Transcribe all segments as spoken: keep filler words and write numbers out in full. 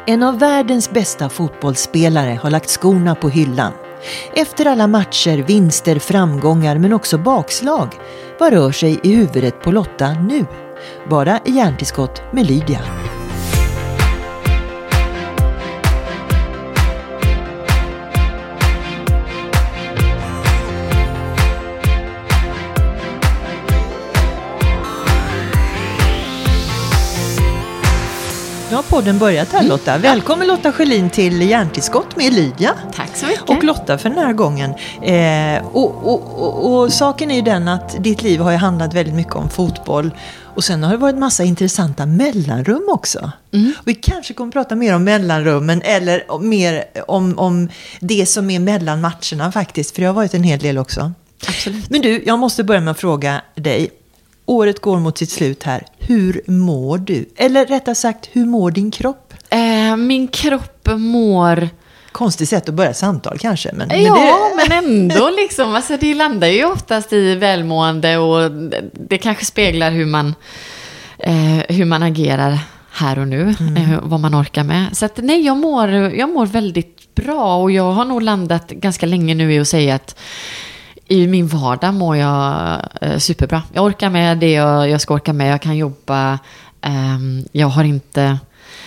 En av världens bästa fotbollsspelare har lagt skorna på hyllan. Efter alla matcher, vinster, framgångar men också bakslag. Vad rör sig i huvudet på Lotta nu? Bara i Hjärntillskott med Lydia. Nu har podden börjat här, Lotta. Mm. Välkommen Lotta Schelin till Hjärntillskott med Lydia. Tack så mycket. Och Lotta för den här gången. Eh, och, och, och, och saken är ju den att ditt liv har ju handlat väldigt mycket om fotboll. Och sen har det varit massa intressanta mellanrum också. Mm. Vi kanske kommer att prata mer om mellanrummen eller mer om, om det som är mellan matcherna faktiskt. För det har varit en hel del också. Absolut. Men du, jag måste börja med att fråga dig. Året går mot sitt slut här. Hur mår du? Eller rättare sagt, hur mår din kropp? Eh, min kropp mår... Konstigt sätt att börja samtal kanske. Men, ja, men, det... men ändå liksom. Alltså, det landar ju oftast i välmående och det kanske speglar hur man, eh, hur man agerar här och nu. Mm. Eh, vad man orkar med. Så att, nej, jag mår, jag mår väldigt bra och jag har nog landat ganska länge nu i att säga att i min vardag mår jag eh, superbra. Jag orkar med det jag, jag ska orka med. Jag kan jobba. Eh, jag har inte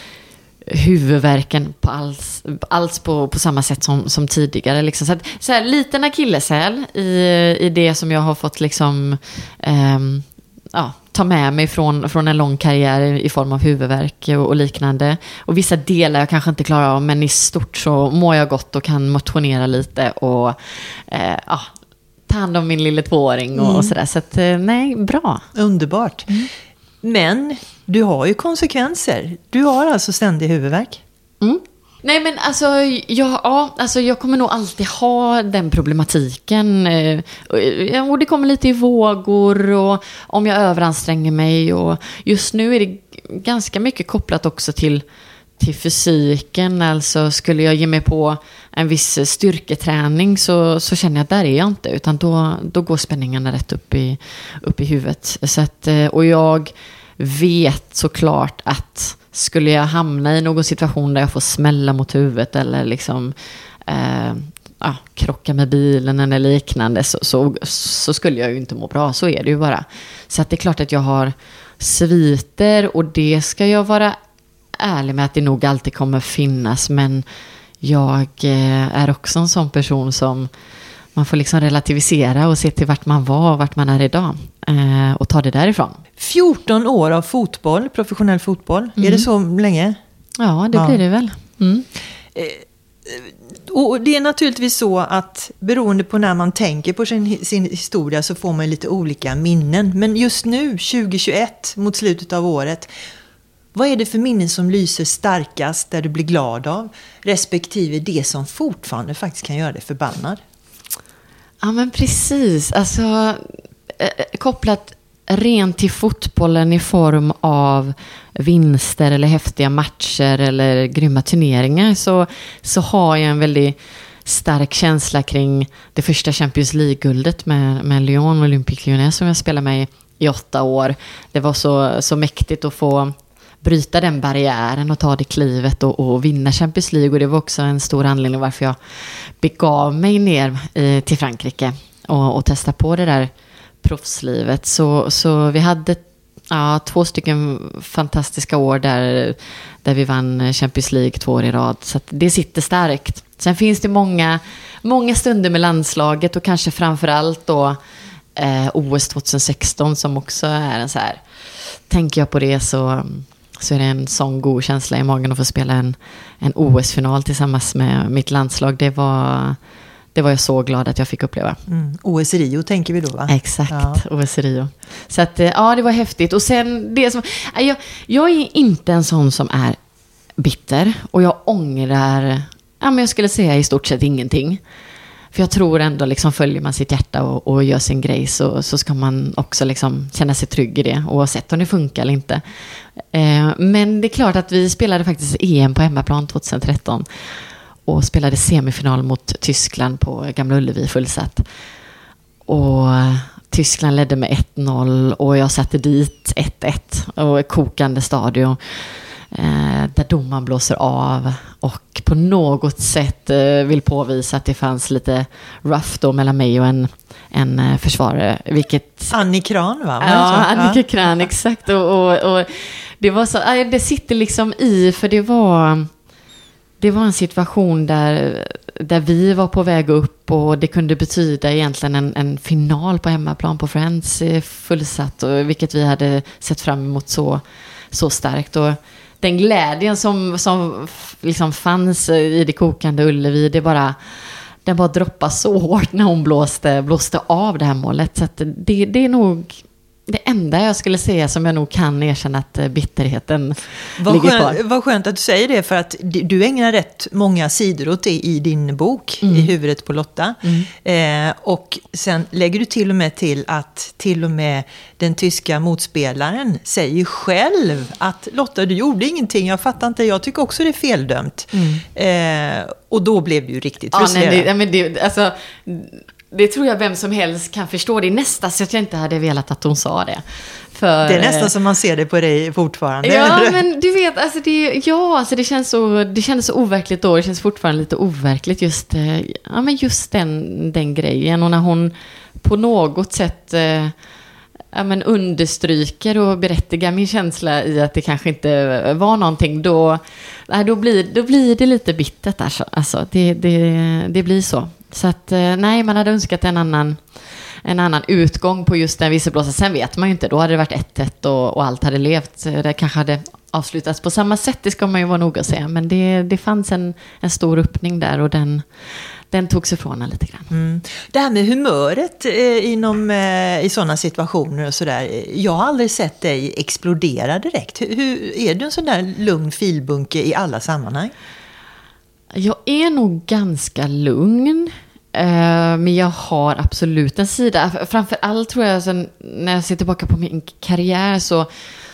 huvudvärken på alls, alls på, på samma sätt som, som tidigare. Liksom. Så, att, så här, liten akilleshäl i, i det som jag har fått liksom, eh, ja, ta med mig från, från en lång karriär i form av huvudvärk och, och liknande. Och vissa delar jag kanske inte klarar av, men i stort så mår jag gott och kan motionera lite och eh, ja, ta hand om min lille tvååring och, mm. och sådär. Så att, nej, bra. Underbart. Mm. Men du har ju konsekvenser. Du har alltså ständig huvudvärk. Mm. Nej, men alltså jag, ja, alltså jag kommer nog alltid ha den problematiken. Och det kommer lite i vågor och om jag överanstränger mig. Och just nu är det ganska mycket kopplat också till till fysiken. Alltså skulle jag ge mig på en viss styrketräning så, så känner jag att där är jag inte. Utan då, då går spänningarna rätt upp i, upp i huvudet. Så att, och jag vet såklart att skulle jag hamna i någon situation där jag får smälla mot huvudet eller liksom eh, ja, krocka med bilen eller liknande så, så, så skulle jag ju inte må bra. Så är det ju bara. Så att det är klart att jag har sviter och det ska jag vara ärlig med att det nog alltid kommer finnas, men jag är också en sån person som man får liksom relativisera och se till vart man var och vart man är idag eh, och ta det därifrån. fjorton år av fotboll, professionell fotboll. Mm. Är det så länge? Ja, det ja. blir det väl. Mm. Eh, och det är naturligtvis så att beroende på när man tänker på sin, sin historia så får man lite olika minnen. Men just nu, tjugo tjugoett, mot slutet av året, vad är det för minnen som lyser starkast där du blir glad av? Respektive det som fortfarande faktiskt kan göra dig förbannad? Ja, men precis. Alltså, eh, kopplat rent till fotbollen i form av vinster eller häftiga matcher eller grymma turneringar så, så har jag en väldigt stark känsla kring det första Champions League-guldet med, med Lyon, Olympique Lyonnais som jag spelade med i, i åtta år. Det var så, så mäktigt att få bryta den barriären och ta det klivet och, och vinna Champions League. Och det var också en stor anledning varför jag begav mig ner eh, till Frankrike och, och testa på det där proffslivet. Så, så vi hade ja, två stycken fantastiska år där, där vi vann Champions League två år i rad. Så att det sitter starkt. Sen finns det många, många stunder med landslaget och kanske framförallt då eh, O S tjugohundrasexton som också är en så här, tänker jag på det så... så är det en sån god känsla i magen att få spela en, en O S-final tillsammans med mitt landslag. Det var, det var jag så glad att jag fick uppleva. Mm. O S Rio tänker vi då, va? Exakt, ja. O S Rio. Så att, ja, det var häftigt. Och sen det som... Jag, jag är inte en sån som är bitter. Och jag ångrar... Ja, men jag skulle säga i stort sett ingenting. För jag tror ändå liksom följer man sitt hjärta och, och gör sin grej så, så ska man också liksom känna sig trygg i det. Oavsett om det funkar eller inte. Eh, men det är klart att vi spelade faktiskt E M på hemmaplan tjugohundratretton. Och spelade semifinal mot Tyskland på Gamla Ullevi fullsatt. Och Tyskland ledde med ett noll och jag satte dit ett ett och kokande stadion. eh, där domaren blåser av och på något sätt eh, vill påvisa att det fanns lite rough då mellan mig och en, en eh, försvarare. Vilket... Annie Kran, va? Ja, Annika Kran, exakt. Och, och, och det var så, äh, det sitter liksom i, för det var... Det var en situation där, där vi var på väg upp och det kunde betyda egentligen en, en final på hemmaplan på Friends fullsatt, och vilket vi hade sett fram emot så, så starkt. Och den glädjen som, som liksom fanns i det kokande Ullevi, det bara, den bara droppade så hårt när hon blåste, blåste av det här målet. Så att det, det är nog... Det enda jag skulle säga som jag nog kan erkänna att bitterheten vad ligger skönt, kvar. Vad skönt att du säger det, för att du ägnar rätt många sidor åt det i din bok, mm. i huvudet på Lotta. Mm. Eh, och sen lägger du till och med till att till och med den tyska motspelaren säger själv att Lotta, du gjorde ingenting, jag fattar inte, jag tycker också det är feldömt. Mm. Eh, och då blev det ju riktigt frustrerande. Ja, nej, men det, alltså... Det tror jag vem som helst kan förstå. Det är nästan så att jag inte hade velat att hon sa det. För, det är nästan som man ser det på dig fortfarande. Ja, men du vet, alltså det, ja, alltså det, känns så, det kändes så overkligt då. Det känns fortfarande lite overkligt just, ja, men just den, den grejen. Och när hon på något sätt ja, men understryker och berättigar min känsla i att det kanske inte var någonting, då, då, blir, då blir det lite bittert. Alltså. Alltså, det, det, det blir så. Så att nej, man hade önskat en annan, en annan utgång på just den visselblåsaren. Sen vet man ju inte, då hade det varit ett ett och, och allt hade levt. Det kanske hade avslutats på samma sätt, det ska man ju vara noga att säga. Men det, det fanns en, en stor öppning där och den, den togs ifrån en lite grann. Mm. Det här med humöret eh, inom, eh, i sådana situationer och sådär. Jag har aldrig sett dig explodera direkt. Hur, hur, är du en sån där lugn filbunke i alla sammanhang? Jag är nog ganska lugn, eh, men jag har absolut en sida. Framförallt tror jag, sen, när jag ser tillbaka på min karriär, så,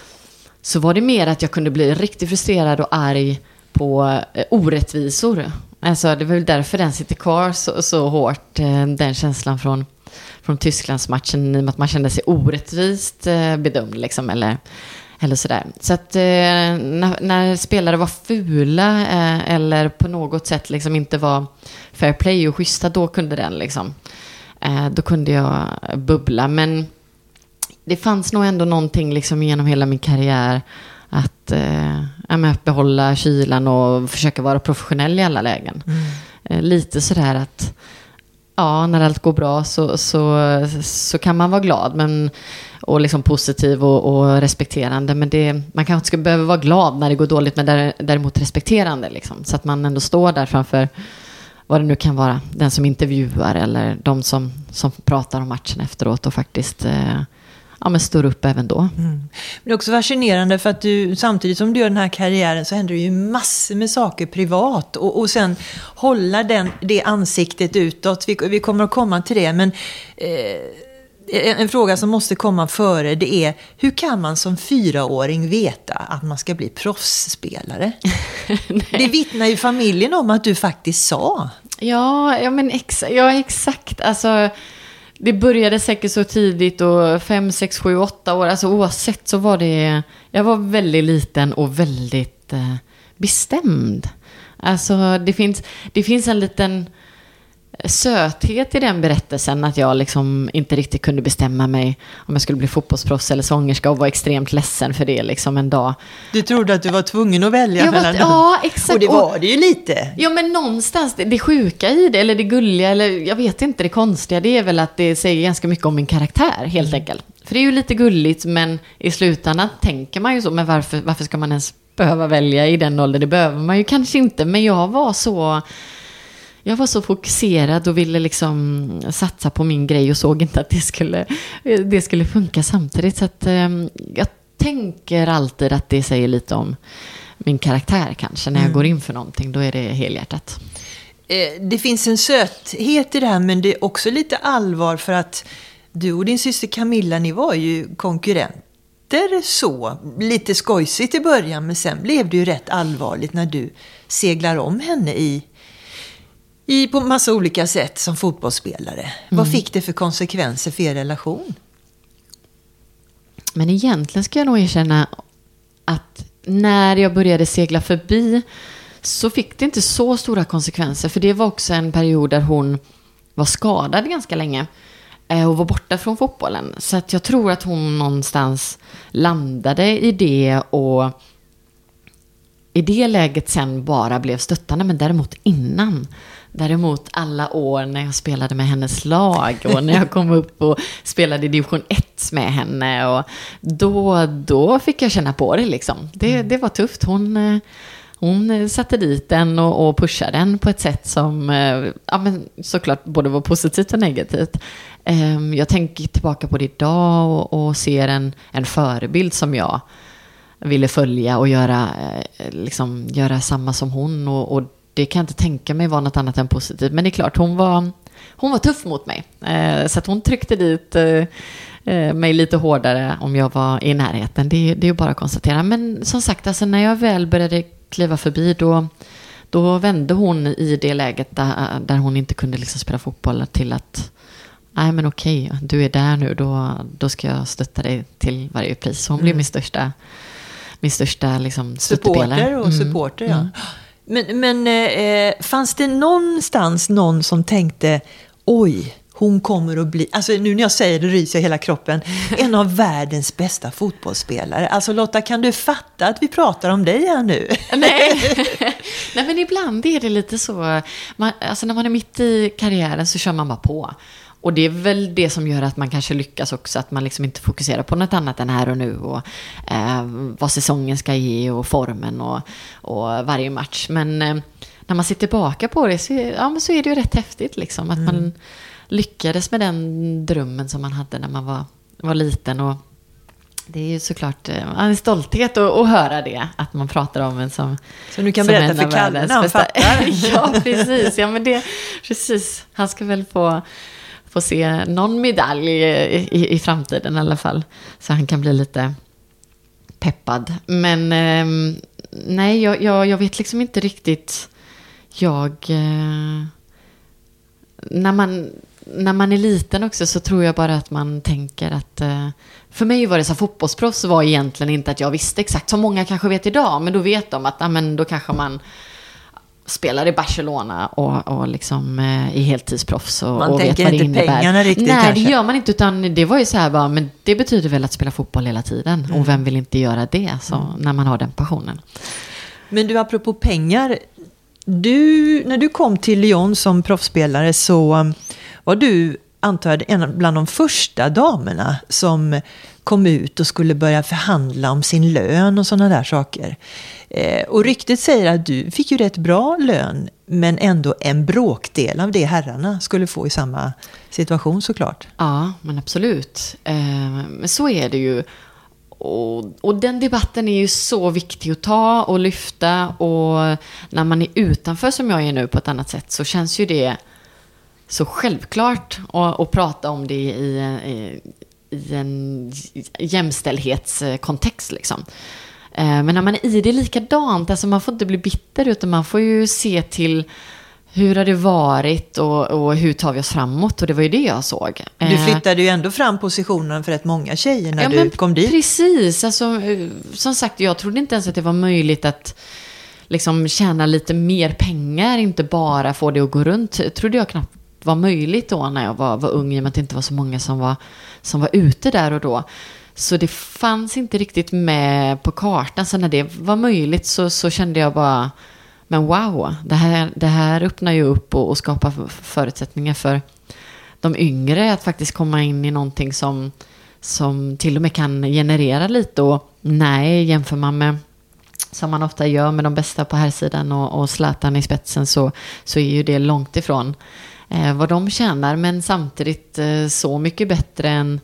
så var det mer att jag kunde bli riktigt frustrerad och arg på eh, orättvisor. Alltså, det var väl därför den sitter kvar så, så hårt, eh, den känslan från, från Tysklandsmatchen, i och med att man kände sig orättvist eh, bedömd, liksom, eller... Eller sådär. Så att eh, när, när spelare var fula eh, eller på något sätt liksom inte var fair play och schyssta, då kunde den liksom, eh, då kunde jag bubbla. Men det fanns nog ändå någonting liksom genom hela min karriär att, eh, att behålla kylan och försöka vara professionell i alla lägen. Mm. Eh, lite sådär att ja, när allt går bra så, så, så kan man vara glad, men, och liksom positiv och, och respekterande. Men det, man kanske inte ska behöva vara glad när det går dåligt, men där, däremot respekterande. Liksom, så att man ändå står där framför vad det nu kan vara. Den som intervjuar eller de som, som pratar om matchen efteråt och faktiskt... Eh, ja, men står upp även då. Mm. Men det är också fascinerande för att du, samtidigt som du gör den här karriären, så händer det ju massor med saker privat. Och, och sen hålla den, det ansiktet utåt. Vi, vi kommer att komma till det. Men eh, en, en fråga som måste komma före, det är: hur kan man som fyraåring veta att man ska bli proffsspelare? Det vittnar ju familjen om att du faktiskt sa. Ja, ja men exa, ja, exakt. Alltså... Det började säkert så tidigt, och fem, sex, sju, åtta år. Alltså oavsett så var det... Jag var väldigt liten och väldigt eh, bestämd. Alltså det finns, det finns en liten söthet i den berättelsen, att jag liksom inte riktigt kunde bestämma mig om jag skulle bli fotbollsproffs eller sångerska, och var extremt ledsen för det liksom en dag. Du trodde att du var tvungen att välja jag mellan var, ja, exakt. Och det var det ju lite. Ja, men någonstans, det, det sjuka i det, eller det gulliga, eller jag vet inte, det konstiga, det är väl att det säger ganska mycket om min karaktär, helt mm. enkelt. För det är ju lite gulligt, men i slutändan tänker man ju så, men varför, varför ska man ens behöva välja i den åldern? Det behöver man ju kanske inte, men jag var så... Jag var så fokuserad och ville liksom satsa på min grej och såg inte att det skulle, det skulle funka samtidigt. Så att, eh, jag tänker alltid att det säger lite om min karaktär kanske. När jag mm. går in för någonting, då är det helhjärtat. Eh, det finns en söthet i det här, men det är också lite allvar, för att du och din syster Camilla, ni var ju konkurrenter så. Lite skojsigt i början, men sen blev det ju rätt allvarligt när du seglar om henne i I, på massa olika sätt som fotbollsspelare. Mm. Vad fick det för konsekvenser för er relation? Men egentligen ska jag nog erkänna att när jag började segla förbi så fick det inte så stora konsekvenser. För det var också en period där hon var skadad ganska länge. Och var borta från fotbollen. Så att jag tror att hon någonstans landade i det. Och i det läget sen bara blev stöttande. Men däremot innan. Däremot alla år när jag spelade med hennes lag. Och när jag kom upp och spelade i division ett med henne. Och då, då fick jag känna på det liksom. Det, det var tufft. Hon... Hon satte dit den och, och pushade den på ett sätt som ja, men såklart både var positivt och negativt. Jag tänker tillbaka på det idag och, och ser en, en förebild som jag ville följa och göra, liksom, göra samma som hon. Och, och det kan jag inte tänka mig var något annat än positivt. Men det är klart, hon var, hon var tuff mot mig. Så att hon tryckte dit mig lite hårdare om jag var i närheten. Det, det är ju bara att konstatera. Men som sagt, alltså, när jag väl började kliva förbi då, då vände hon i det läget där, där hon inte kunde liksom spela fotboll till att nej men okej, du är där nu, då, då ska jag stötta dig till varje pris. Hon mm. blev min största min största liksom supporter och supporter mm. ja. Men, men eh, fanns det någonstans någon som tänkte oj, hon kommer att bli, alltså nu när jag säger det ryser hela kroppen, en av världens bästa fotbollsspelare. Alltså Lotta, kan du fatta att vi pratar om dig här nu? Nej, Nej men ibland är det lite så, man, alltså när man är mitt i karriären så kör man bara på. Och det är väl det som gör att man kanske lyckas också, att man liksom inte fokuserar på något annat än här och nu och eh, vad säsongen ska ge och formen och, och varje match. Men eh, när man sitter tillbaka på det så, ja, men så är det ju rätt häftigt liksom, att mm. man lyckades med den drömmen som man hade när man var, var liten. Och det är ju såklart en stolthet att, att höra det, att man pratar om en som så nu kan berätta för Kalle när han fattar. Ja, precis. Ja, men det, precis. Han ska väl få, få se någon medalj i, i, i framtiden i alla fall. Så han kan bli lite peppad. Men eh, nej, jag, jag, jag vet liksom inte riktigt. Jag... Eh, när man... När man är liten också så tror jag bara att man tänker att eh, för mig var det så, fotbollsproffs var egentligen inte att jag visste exakt som många kanske vet idag, men då vet de att ja, men då kanske man spelar i Barcelona och, och liksom eh, i heltidsproffs och, man och tänker vet vad det inte innebär. Pengarna riktigt. Nej, kanske. Det gör man inte, utan det var ju så här bara, men det betyder väl att spela fotboll hela tiden mm. och vem vill inte göra det så, mm. när man har den passionen. Men du, apropå pengar, du, när du kom till Lyon som proffsspelare så var du, antar jag, en bland de första damerna som kom ut och skulle börja förhandla om sin lön och sådana där saker. Eh, och ryktet säger att du fick ju rätt bra lön, men ändå en bråkdel av det herrarna skulle få i samma situation såklart. Ja, men absolut. Eh, men så är det ju. Och, och den debatten är ju så viktig att ta och lyfta. Och när man är utanför som jag är nu på ett annat sätt så känns ju det så självklart att, att prata om det i, i, i en jämställdhetskontext liksom. Men när man är i det likadant, alltså man får inte bli bitter utan man får ju se till hur har det varit och, och hur tar vi oss framåt, och det var ju det jag såg. Du flyttade ju ändå fram positionen för rätt många tjejer när ja, du kom dit. Precis, alltså, som sagt, jag trodde inte ens att det var möjligt att liksom tjäna lite mer pengar, inte bara få det att gå runt. Jag trodde jag knappt var möjligt då när jag var, var ung, i och med att det inte var så många som var, som var ute där och då. Så det fanns inte riktigt med på kartan. Så när det var möjligt så, så kände jag bara, men wow, det här, det här öppnar ju upp och, och skapar förutsättningar för de yngre att faktiskt komma in i någonting som, som till och med kan generera lite. Och nej, jämför man med, som man ofta gör med de bästa på här sidan och, och Zlatan i spetsen, så, så är ju det långt ifrån eh, vad de tjänar, men samtidigt eh, så mycket bättre än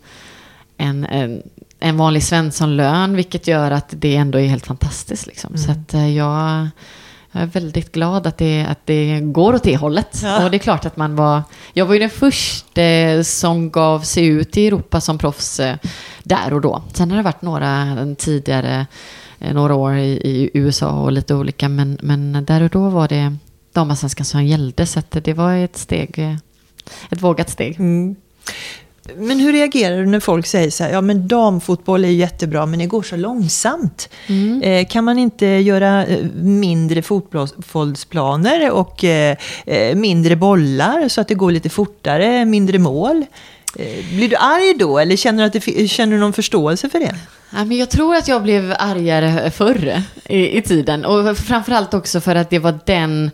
en, en, en vanlig Svensson-lön, vilket gör att det ändå är helt fantastiskt liksom. Mm. Så att eh, jag, jag är väldigt glad att det, att det går åt det hållet. Ja. Och det är klart att man var, jag var ju den första eh, som gav sig ut i Europa som proffs eh, där och då. Sen har det varit några tidigare eh, några år i, i U S A och lite olika, men, men där och då var det damallsvenskan som gällde, så att det var ett steg, ett vågat steg. Mm. Men hur reagerar du när folk säger så här, ja men damfotboll är jättebra men det går så långsamt. Mm. Eh, kan man inte göra mindre fotbollsplaner och eh, mindre bollar så att det går lite fortare, mindre mål? Eh, blir du arg då eller känner du, att det, känner du någon förståelse för det? Ja, men jag tror att jag blev argare förr i, i tiden och framförallt också för att det var den...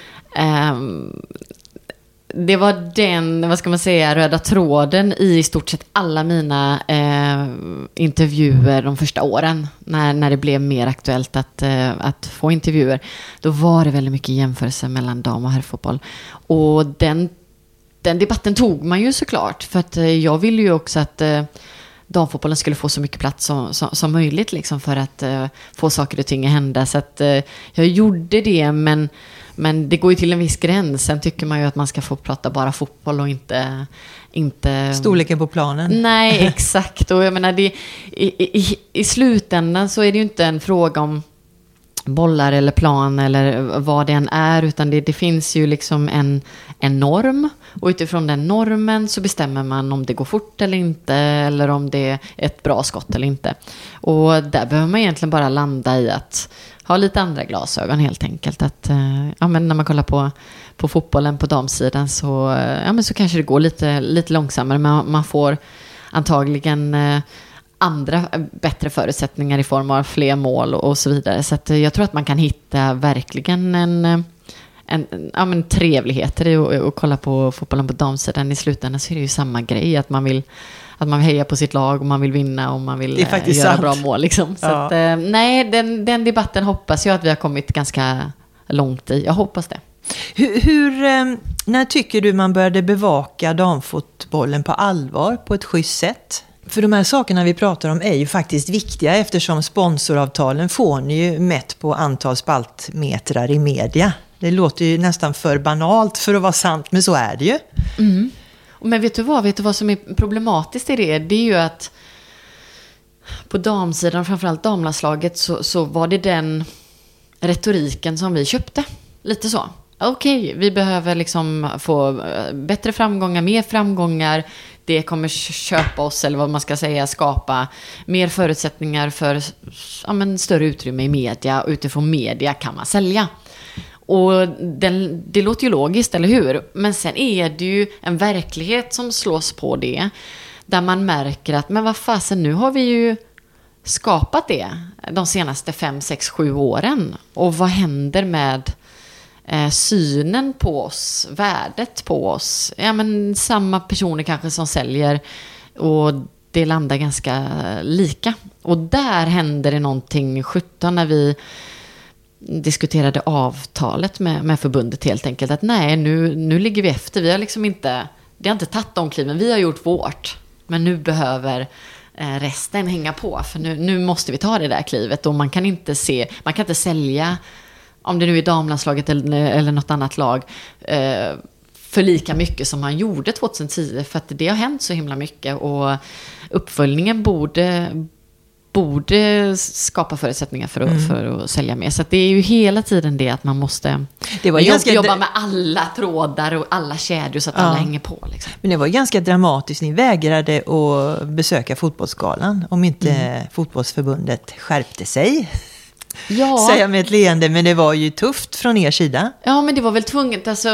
Um, Det var den, vad ska man säga, röda tråden i i stort sett alla mina eh, intervjuer de första åren. När, när det blev mer aktuellt att, eh, att få intervjuer. Då var det väldigt mycket jämförelse mellan dam- och herrfotboll. Och den, den debatten tog man ju såklart. För att eh, jag ville ju också att eh, damfotbollen skulle få så mycket plats som, som, som möjligt. Liksom, för att eh, få saker och ting att hända. Så att eh, jag gjorde det, men... Men det går ju till en viss gräns. Sen tycker man ju att man ska få prata bara fotboll och inte... inte... Storleken på planen. Nej, exakt. Och jag menar, det, i, i, i slutändan så är det ju inte en fråga om bollar eller plan eller vad det än är. Utan det, det finns ju liksom en, en norm. Och utifrån den normen så bestämmer man om det går fort eller inte. Eller om det är ett bra skott eller inte. Och där behöver man egentligen bara landa i att... ha lite andra glasögon helt enkelt. Att, ja, men när man kollar på, på fotbollen på damsidan så, ja, men så kanske det går lite, lite långsammare. Men man får antagligen andra bättre förutsättningar i form av fler mål och, och så vidare. Så att jag tror att man kan hitta verkligen en, en, ja, men trevligheter i att, att kolla på fotbollen på damsidan. I slutändan så är det ju samma grej. Att man vill... Att man hejar på sitt lag och man vill vinna och man vill göra sant. Bra mål. Liksom. Så ja. att, eh, nej, den, den debatten hoppas jag att vi har kommit ganska långt i. Jag hoppas det. Hur, hur, eh, när tycker du man började bevaka damfotbollen på allvar på ett schysst sätt? För de här sakerna vi pratar om är ju faktiskt viktiga eftersom sponsoravtalen får ni ju mätt på antal spaltmetrar i media. Det låter ju nästan för banalt för att vara sant, men så är det ju. Mm. Men vet du vad? Vet du vad som är problematiskt i det? Det är ju att på damsidan, framförallt damlandslaget, så, så var det den retoriken som vi köpte. Lite så. Okej, okay, vi behöver liksom få bättre framgångar, mer framgångar. Det kommer köpa oss, eller vad man ska säga, skapa mer förutsättningar för ja, men, större utrymme i media. Och utifrån media kan man sälja. Och den, det låter ju logiskt, eller hur? Men sen är det ju en verklighet som slås på det. Där man märker att, men vad fasen, nu har vi ju skapat det de senaste fem, sex, sju åren. Och vad händer med eh, synen på oss, värdet på oss? Ja, men samma personer kanske som säljer och det landar ganska lika. Och där händer det någonting sjutton när vi diskuterade avtalet med, med förbundet helt enkelt. Att nej, nu, nu ligger vi efter. Vi har liksom inte, det har inte tagit de kliven. Vi har gjort vårt. Men nu behöver eh, resten hänga på. För nu, nu måste vi ta det där klivet. Och man kan inte se, man kan inte sälja, om det nu är damlandslaget eller, eller något annat lag, eh, för lika mycket som man gjorde tjugohundratio. För att det har hänt så himla mycket. Och uppföljningen borde... borde skapa förutsättningar för att, mm. för att sälja mer. Så att det är ju hela tiden det att man måste det var jobba, ganska jobba med alla trådar och alla kedjor så att ja. alla hänger på. Liksom. Men det var ganska dramatiskt. Ni vägrade att besöka fotbollsskalan om inte mm. fotbollsförbundet skärpte sig. Ja. Säger jag med ett leende, men det var ju tufft från er sida. Ja, men det var väl tvunget. Alltså...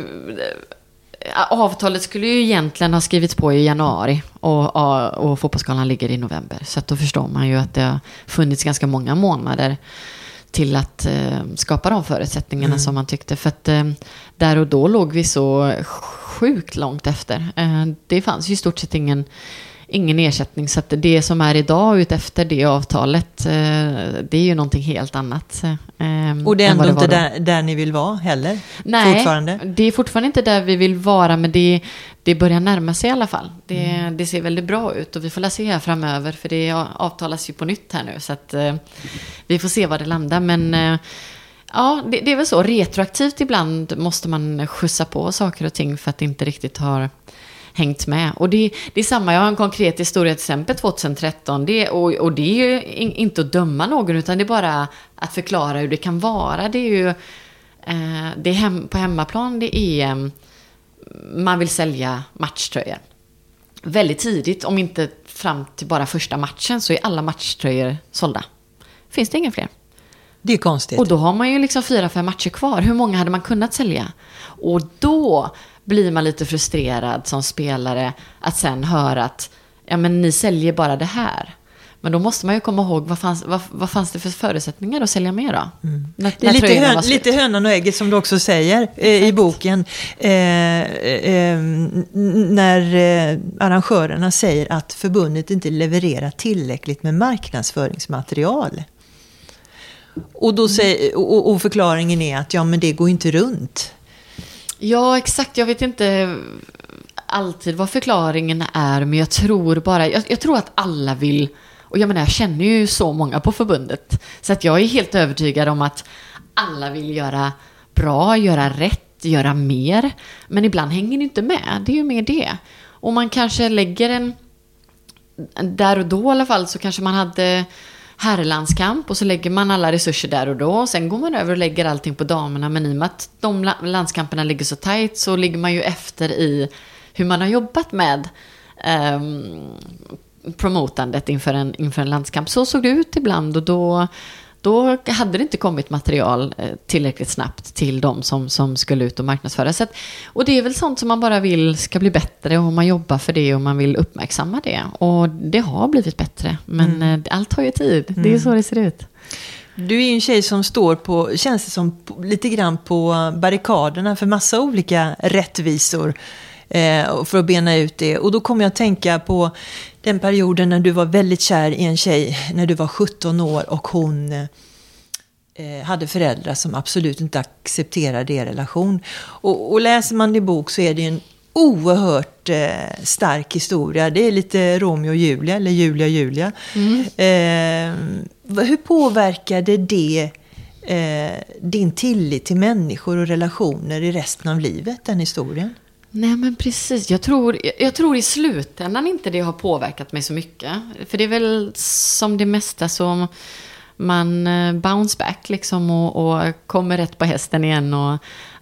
Avtalet skulle ju egentligen ha skrivits på i januari och, och, och fotbollsskalan ligger i november. Så att då förstår man ju att det har funnits ganska många månader till att eh, skapa de förutsättningarna mm. som man tyckte. För att eh, där och då låg vi så sjukt långt efter. Eh, det fanns ju i stort sett ingen, ingen ersättning. Så att det som är idag ut efter det avtalet, eh, det är ju någonting helt annat. Eh, och det är ändå det inte där, där ni vill vara heller? Nej, fortfarande. Det är fortfarande inte där vi vill vara, men det, det börjar närma sig i alla fall. Det, mm. det ser väldigt bra ut och vi får se här framöver, för det avtalas ju på nytt här nu. Så att eh, vi får se var det landar, men... Eh, ja, det, det är väl så. Retroaktivt ibland måste man skjutsa på saker och ting för att det inte riktigt har hängt med. Och det, det är samma, jag har en konkret historia till exempel tjugotretton. Det, och, och det är ju in, inte att döma någon, utan det är bara att förklara hur det kan vara. Det är ju eh, det är hem, på hemmaplan, det är man vill sälja matchtröjor. väldigt tidigt, om inte fram till bara första matchen, så är alla matchtröjor sålda. Finns det ingen fler. Det är konstigt. Och då har man ju liksom fyra, fem matcher kvar. Hur många hade man kunnat sälja? Och då blir man lite frustrerad som spelare att sen höra att ja, men ni säljer bara det här. Men då måste man ju komma ihåg vad fanns, vad, vad fanns det för förutsättningar att sälja mer då? Mm. När, det är lite, hön, lite hönan och ägget som du också säger eh, i boken. Eh, eh, när eh, arrangörerna säger att förbundet inte levererar tillräckligt med marknadsföringsmaterial. Och, då säger, och, och förklaringen är att ja, men det går inte runt. Ja, exakt. Jag vet inte alltid vad förklaringen är, men jag tror bara, jag, jag tror att alla vill, och jag menar, jag känner ju så många på förbundet, så att jag är helt övertygad om att alla vill göra bra, göra rätt, göra mer, men ibland hänger det inte med. Det är ju mer det. Och man kanske lägger en, där och då i alla fall, så kanske man hade herrlandskamp och så lägger man alla resurser där och då, och sen går man över och lägger allting på damerna, men i och med att de landskamperna ligger så tajt så ligger man ju efter i hur man har jobbat med um, promotandet inför en, inför en landskamp. Så såg det ut ibland, och då, då hade det inte kommit material tillräckligt snabbt till de som, som skulle ut och marknadsföra. Så att, och det är väl sånt som man bara vill ska bli bättre, och man jobbar för det och man vill uppmärksamma det. Och det har blivit bättre, men mm. allt har ju tid. Mm. Det är ju så det ser ut. Du är ju en tjej som står på, känns det som, lite grann på barrikaderna för massa olika rättvisor. Eh, för att bena ut det. Och då kommer jag att tänka på den perioden när du var väldigt kär i en tjej när du var sjutton år, och hon eh, hade föräldrar som absolut inte accepterade er relation. Och, och läser man din bok så är det en oerhört eh, stark historia. Det är lite Romeo och Julia, eller Julia och Julia. Mm. Eh, hur påverkade det eh, din tillit till människor och relationer i resten av livet, den historien? Nej, men precis. Jag tror, jag tror i slutändan inte det har påverkat mig så mycket. För det är väl som det mesta som man bounce back liksom, och, och kommer rätt på hästen igen. Och,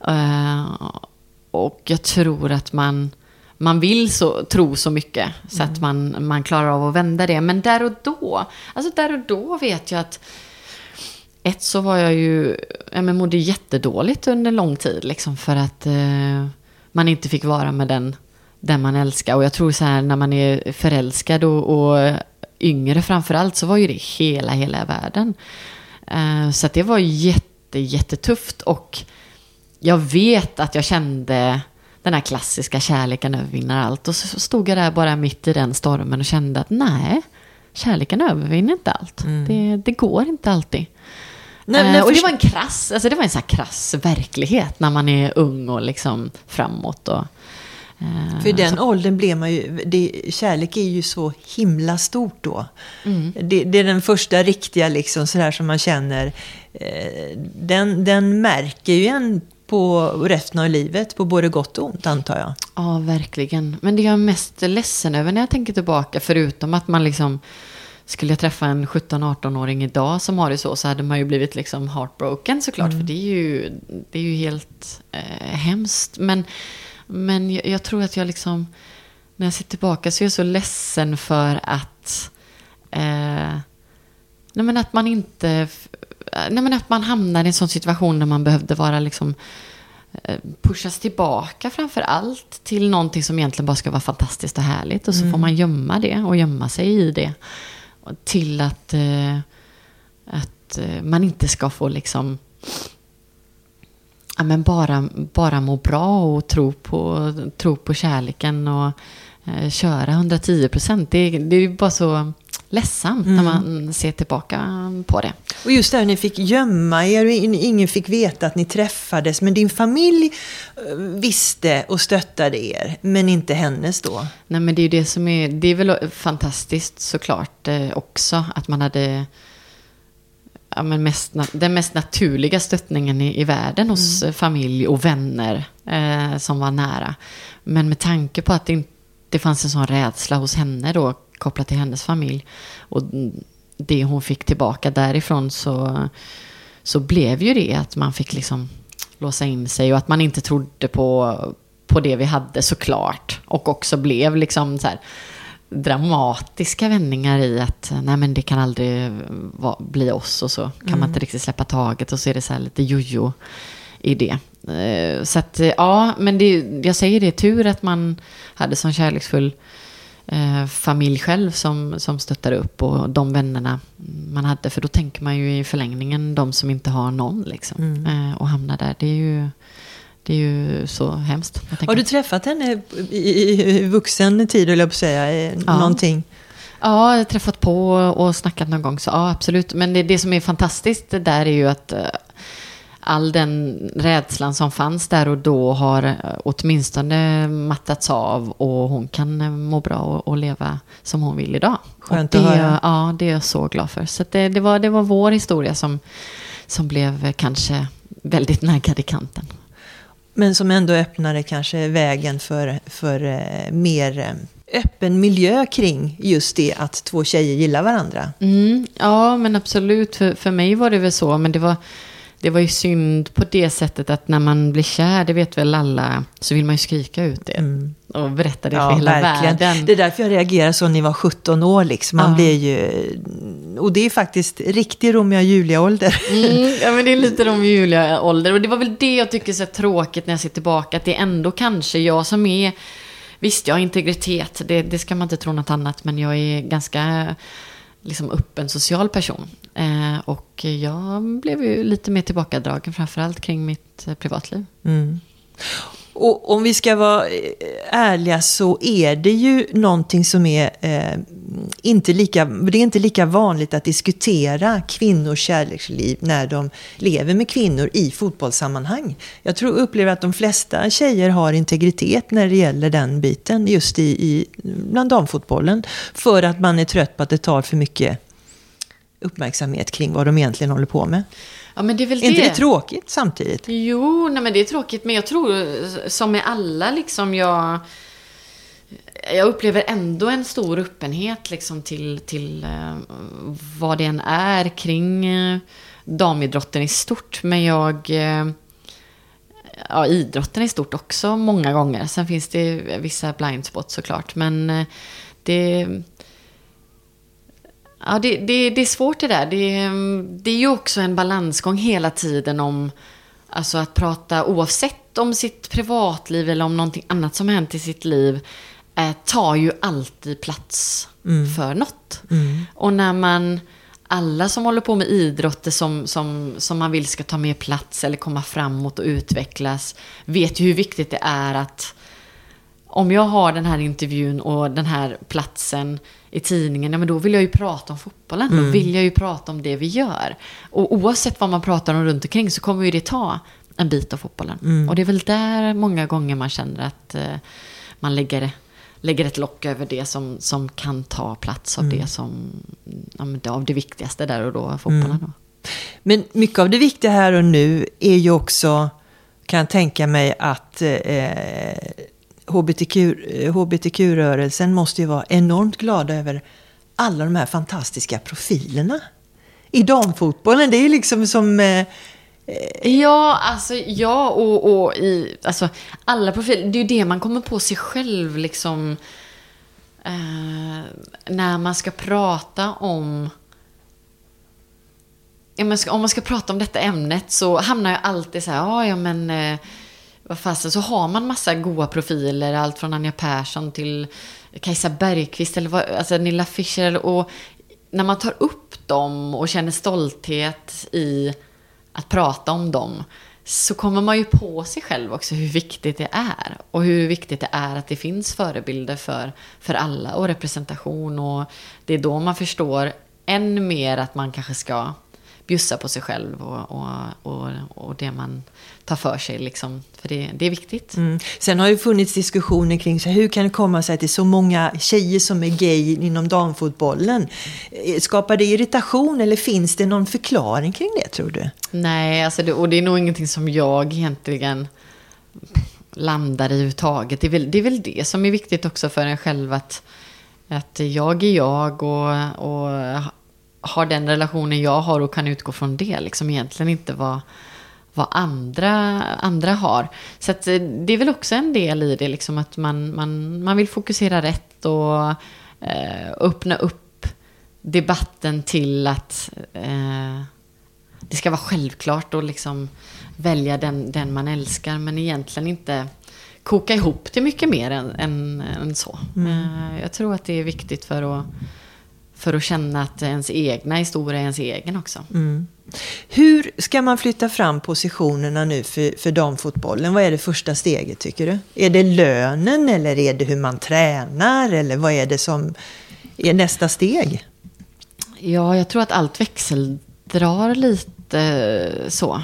uh, och jag tror att man, man vill så, tro så mycket så mm. att man, man klarar av att vända det. Men där och då, alltså där och då vet jag att ett så var jag ju, jag men, mådde jättedåligt under lång tid liksom, för att uh, man inte fick vara med den, den man älskar. Och jag tror så här, när man är förälskad och, och yngre framförallt, så var ju det hela, hela världen. Uh, så att det var jätte, jättetufft. Och jag vet att jag kände den här klassiska kärleken övervinner allt. Och så stod jag där bara mitt i den stormen och kände att nej, kärleken övervinner inte allt. Mm. Det, det går inte alltid. Nej, nej, och det var en krass, alltså det var en så här krass verklighet när man är ung och liksom framåt. Och, uh, för i den så. åldern blev man ju, det, kärlek är ju så himla stort då. Mm. Det, det är den första riktiga liksom sådär som man känner. Eh, den, den märker ju en på resten av livet, på både gott och ont, antar jag. Ja, verkligen. Men det är jag mest ledsen över när jag tänker tillbaka, förutom att man liksom, skulle jag träffa en sjutton-arton-åring idag som har det så, så hade man ju blivit liksom heartbroken såklart. Mm. För det är ju, det är ju helt eh, hemskt. Men, men jag, jag tror att jag liksom, när jag ser tillbaka så är jag så ledsen för att eh, nej men att man inte, nej men att man hamnar i en sån situation där man behövde vara liksom eh, pushas tillbaka framför allt till någonting som egentligen bara ska vara fantastiskt och härligt. Och så mm. får man gömma det och gömma sig i det. Till att, eh, att eh, man inte ska få liksom, ja, men bara, bara må bra och tro på, tro på kärleken och eh, köra hundratio procent. Det, det är ju bara så ledsamt mm. när man ser tillbaka på det. Och just där ni fick gömma er och ingen fick veta att ni träffades, men din familj visste och stöttade er, men inte hennes då. Nej, men det är ju det som är, det är väl fantastiskt såklart eh, också att man hade, ja, men mest, den mest naturliga stöttningen i, i världen hos mm. familj och vänner eh, som var nära. Men med tanke på att det, det fanns en sån rädsla hos henne då, kopplat till hennes familj, och det hon fick tillbaka därifrån, så, så blev ju det att man fick liksom låsa in sig, och att man inte trodde på, på det vi hade såklart. Och också blev liksom så här dramatiska vändningar i att nej men det kan aldrig va, bli oss och så kan mm. man inte riktigt släppa taget och så är det så här lite jojo i det. Uh, så att ja, men det, jag säger det, tur att man hade sån kärleksfull uh, familj själv som, som stöttar upp och de vännerna man hade, för då tänker man ju i förlängningen de som inte har någon liksom mm. uh, och hamnar där, det är ju Det är ju så hemskt. Har du träffat henne i, i vuxen tid, eller jag på säga, ja. någonting? Ja, jag har träffat på och snackat någon gång, så ja, absolut. Men det, det som är fantastiskt där är ju att uh, all den rädslan som fanns där och då har uh, åtminstone mattats av och hon kan uh, må bra och, och leva som hon vill idag. Skönt det, att höra. Ja, det är jag så glad för. Så det, det, var, det var vår historia som, som blev uh, kanske väldigt naggad i kanten. Men som ändå öppnade kanske vägen för, för eh, mer eh, öppen miljö kring just det att två tjejer gillar varandra. Mm, ja, men absolut. För, för mig var det väl så. Men det var, det var ju synd på det sättet att när man blir kär, det vet väl alla, så vill man ju skrika ut det. Mm. Och berätta det ja, för hela verkligen. Världen. Det är därför jag reagerar så när ni var sjutton år. Liksom. Man ja. blir ju... Och det är faktiskt riktig Romeo och Julia-ålder. Mm, ja, men det är lite Romeo och Julia-ålder. Och det var väl det jag tycker är så tråkigt när jag ser tillbaka. Att det är ändå kanske jag som är... Visst, jag har integritet. Det, det ska man inte tro något annat. Men jag är ganska liksom öppen social person. Eh, och jag blev ju lite mer tillbakadragen. Framförallt kring mitt eh, privatliv. Mm. Och om vi ska vara ärliga så är det ju någonting som är eh, inte lika, det är inte lika vanligt att diskutera kvinnors kärleksliv när de lever med kvinnor i fotbollssammanhang. Jag tror upplever att de flesta tjejer har integritet när det gäller den biten just i, i bland damfotbollen, för att man är trött på att det tar för mycket uppmärksamhet kring vad de egentligen håller på med. Ja, men det är väl är inte det. det tråkigt samtidigt? Jo, nej, men det är tråkigt. Men jag tror, som med alla, liksom, jag, jag upplever ändå en stor öppenhet liksom, till, till uh, vad det än är kring uh, damidrotten i stort. Men jag... Uh, ja, idrotten i stort också många gånger. Sen finns det vissa blindspots såklart. Men uh, det... Ja, det, det, det är svårt det där. Det, det är ju också en balansgång hela tiden om alltså att prata oavsett om sitt privatliv eller om någonting annat som har hänt i sitt liv eh, tar ju alltid plats mm. för något. Mm. Och när man, alla som håller på med idrotter som, som, som man vill ska ta mer plats eller komma framåt och utvecklas, vet ju hur viktigt det är att om jag har den här intervjun och den här platsen i tidningen, ja, men då vill jag ju prata om fotbollen. Mm. Då vill jag ju prata om det vi gör. Och oavsett vad man pratar om runt omkring så kommer ju det ta en bit av fotbollen. Mm. Och det är väl där många gånger man känner att eh, man lägger, lägger ett lock över det som, som kan ta plats av mm. det som ja, av det viktigaste där och då, fotbollen. Mm. Då. Men mycket av det viktiga här och nu är ju också, kan jag tänka mig, att eh, H B T Q, H B T Q-rörelsen måste ju vara enormt glada över alla de här fantastiska profilerna i damfotbollen. Det är ju liksom som... Eh, ja, alltså ja, och, och i, alltså, alla profiler, det är ju det man kommer på sig själv liksom, eh, när man ska prata om... Ja, men ska, om man ska prata om detta ämnet så hamnar jag alltid så här, ja, ja men... Eh, Fast så har man massa goda profiler, allt från Anja Persson till Kajsa Bergqvist eller vad, alltså Nilla Fischer, och när man tar upp dem och känner stolthet i att prata om dem så kommer man ju på sig själv också hur viktigt det är och hur viktigt det är att det finns förebilder för, för alla och representation, och det är då man förstår än mer att man kanske ska bjussa på sig själv och, och, och, och det man tar för sig liksom, för det, det är viktigt. Mm. Sen har ju funnits diskussioner kring så här, hur kan det komma sig att det är så många tjejer som är gay inom damfotbollen? Skapar det irritation eller finns det någon förklaring kring det, tror du? Nej, alltså det, och det är nog ingenting som jag egentligen landar i överhuvudtaget. Det är väl det, är väl det som är viktigt också för en själv, att, att jag är jag och, och har den relationen jag har och kan utgå från det. Liksom egentligen inte vad, vad andra, andra har. Så att det är väl också en del i det, liksom att man, man, man vill fokusera rätt och eh, öppna upp debatten till att eh, det ska vara självklart att liksom välja den, den man älskar, men egentligen inte koka ihop det mycket mer än, än, än så. Mm. Eh, jag tror att det är viktigt för att, för att känna att ens egna historia är ens egen också. Mm. Hur ska man flytta fram positionerna nu för, för damfotbollen? Vad är det första steget, tycker du? Är det lönen eller är det hur man tränar? Eller vad är det som är nästa steg? Ja, jag tror att allt växeldrar lite så.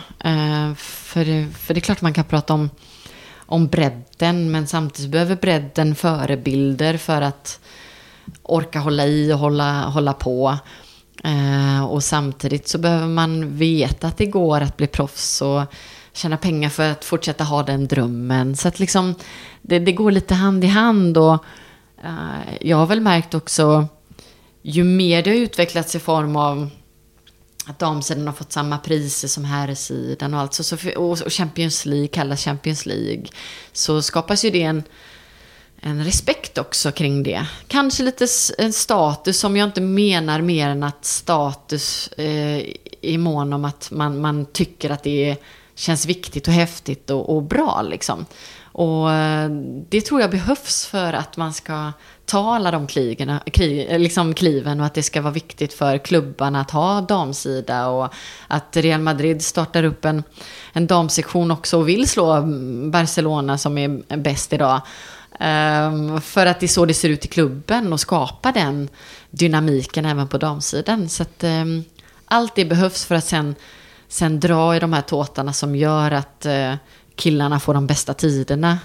För, för det är klart man kan prata om, om bredden, men samtidigt behöver bredden förebilder för att orka hålla i och hålla, hålla på. Uh, och samtidigt så behöver man veta att det går att bli proffs och tjäna pengar för att fortsätta ha den drömmen. Så att liksom det, det går lite hand i hand. Och uh, jag har väl märkt också, ju mer det har utvecklats i form av att damsidan har fått samma priser som herrsidan och allt så, så, och Champions League kallas Champions League, så skapas ju det en En respekt också kring det. Kanske lite en status som jag inte menar mer än att status eh, i mån om att man, man tycker att det känns viktigt och häftigt och, och bra liksom. Och eh, det tror jag behövs för att man ska ta alla de kligerna, krig, liksom kliven, och att det ska vara viktigt för klubbarna att ha damsida, och att Real Madrid startar upp en, en damsektion också och vill slå Barcelona som är bäst idag. Um, för att det är så det ser ut i klubben och skapa den dynamiken även på damsidan. Så att um, allt det behövs för att sen, sen dra i de här tåtarna som gör att uh, killarna får de bästa tiderna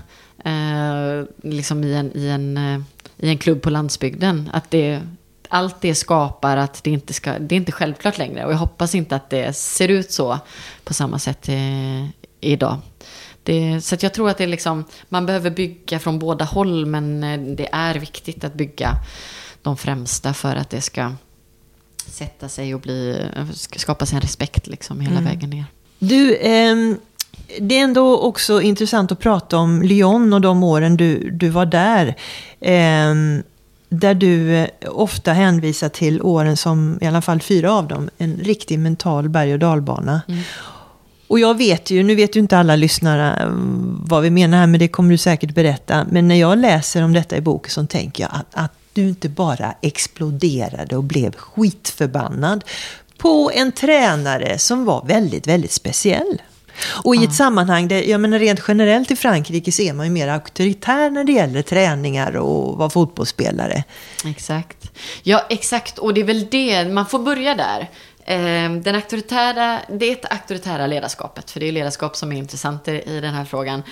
uh, liksom i en, i, en, uh, i en klubb på landsbygden. Att det, allt det skapar att det inte, ska, det är inte självklart längre, och jag hoppas inte att det ser ut så på samma sätt uh, idag. Det, så att jag tror att det är liksom, man behöver bygga från båda håll, men det är viktigt att bygga de främsta för att det ska sätta sig och bli, skapa sig en respekt liksom hela mm. vägen ner. Du, eh, det är ändå också intressant att prata om Lyon och de åren du, du var där. Eh, där du ofta hänvisar till åren som, i alla fall fyra av dem, en riktig mental berg- och dalbana. Mm. Och jag vet ju, nu vet ju inte alla lyssnare vad vi menar här, men det kommer du säkert berätta. Men när jag läser om detta i boken så tänker jag att, att du inte bara exploderade och blev skitförbannad på en tränare som var väldigt, väldigt speciell. Och i ett ja. sammanhang där, jag menar rent generellt i Frankrike så är man ju mer auktoritär när det gäller träningar och vara fotbollsspelare. Exakt. Ja, exakt. Och det är väl det, man får börja där. Den auktoritära, det är ett auktoritära ledarskapet, för det är ledarskap som är intressant i den här frågan.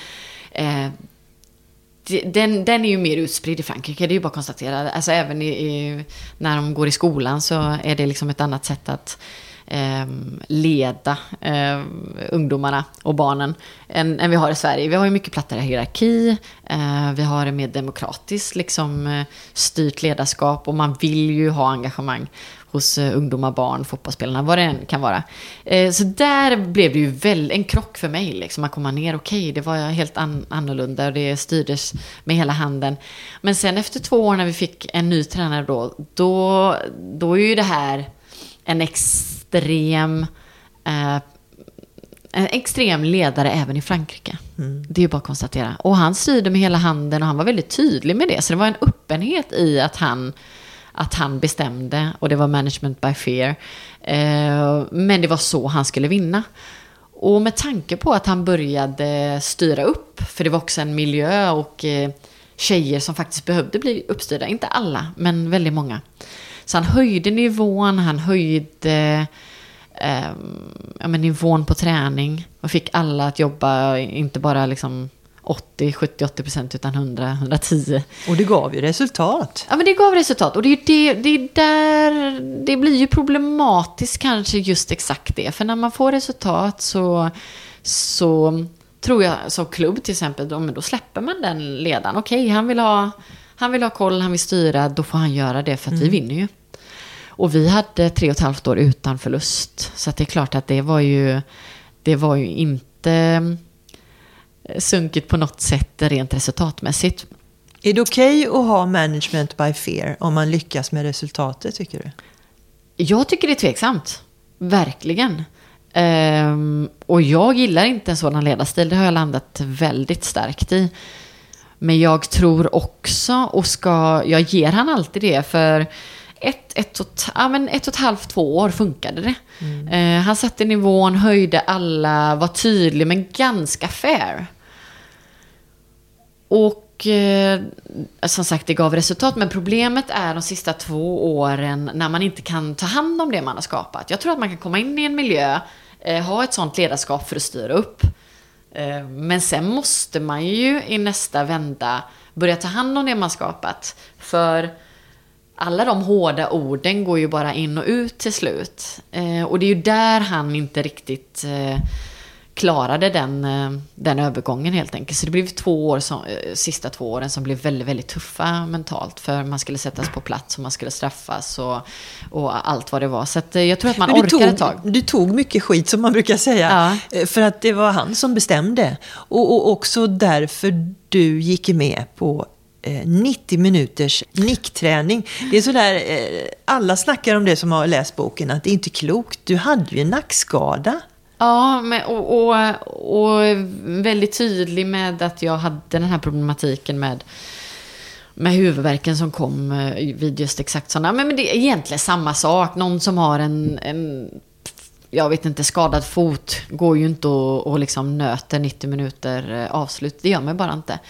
Den, den är ju mer utspridd i Frankrike, det är ju bara att konstatera. Alltså även i, i, när de går i skolan så är det liksom ett annat sätt att eh, leda eh, ungdomarna och barnen än, än vi har i Sverige. Vi har ju mycket plattare hierarki, eh, vi har en mer demokratiskt liksom, styrt ledarskap, och man vill ju ha engagemang hos uh, ungdomar, barn, fotbollsspelarna, vad det än kan vara. Eh, så där blev det ju väl en krock för mig. Liksom, att komma ner, okej, okay, det var helt an- annorlunda och det styrdes med hela handen. Men sen efter två år när vi fick en ny tränare då, då, då är ju det här en extrem eh, en extrem ledare även i Frankrike. Mm. Det är ju bara att konstatera. Och han styrde med hela handen och han var väldigt tydlig med det. Så det var en öppenhet i att han att han bestämde, och det var management by fear. Eh, men det var så han skulle vinna. Och med tanke på att han började styra upp, för det var också en miljö och eh, tjejer som faktiskt behövde bli uppstyrda. Inte alla, men väldigt många. Så han höjde nivån, han höjde eh, ja, men nivån på träning och fick alla att jobba, inte bara liksom åttio, sjuttio, åttio procent utan hundra, hundratio. Och det gav ju resultat. Ja, men det gav resultat. Och det är ju det, det är där det blir ju problematiskt kanske just exakt det. För när man får resultat så, så tror jag som klubb till exempel, då, men då släpper man den ledaren. Okej, han vill ha han vill ha koll, han vill styra, då får han göra det för att mm. vi vinner ju. Och vi hade tre och ett halvt år utan förlust. Så att det är klart att det var ju det var ju inte sunkigt på något sätt rent resultatmässigt. Är det okej att ha management by fear om man lyckas med resultatet, tycker du? Jag tycker det är tveksamt. Verkligen. Um, och jag gillar inte en sådan ledarstil. Det har jag landat väldigt starkt i. Men jag tror också, och ska, jag ger han alltid det, för ett, ett, och, ja, men ett och ett halvt, två år funkade det. Mm. Uh, han satte nivån, höjde alla, var tydlig men ganska fair. Och eh, som sagt, det gav resultat. Men problemet är de sista två åren när man inte kan ta hand om det man har skapat. Jag tror att man kan komma in i en miljö, eh, ha ett sånt ledarskap för att styra upp. Eh, men sen måste man ju i nästa vända börja ta hand om det man skapat. För alla de hårda orden går ju bara in och ut till slut. Eh, och det är ju där han inte riktigt... Eh, klarade den, den övergången helt enkelt. Så det blev två år som, sista två åren som blev väldigt, väldigt tuffa mentalt. För man skulle sättas på plats och man skulle straffas och, och allt vad det var. Så att jag tror att man orkar tog, ett tag. Du tog mycket skit, som man brukar säga. Ja. För att det var han som bestämde. Och, och också därför du gick med på nittio minuters nickträning. Det är sådär, alla snackar om det som har läst boken, att det är inte klokt. Du hade ju en nackskada. Ja, men, och, och, och väldigt tydlig med att jag hade den här problematiken med, med huvudvärken som kom vid just exakt sådana. Men, men det är egentligen samma sak. Någon som har en, en jag vet inte, skadad fot går ju inte och, och liksom nöter nittio minuter avslut. Det gör man bara inte.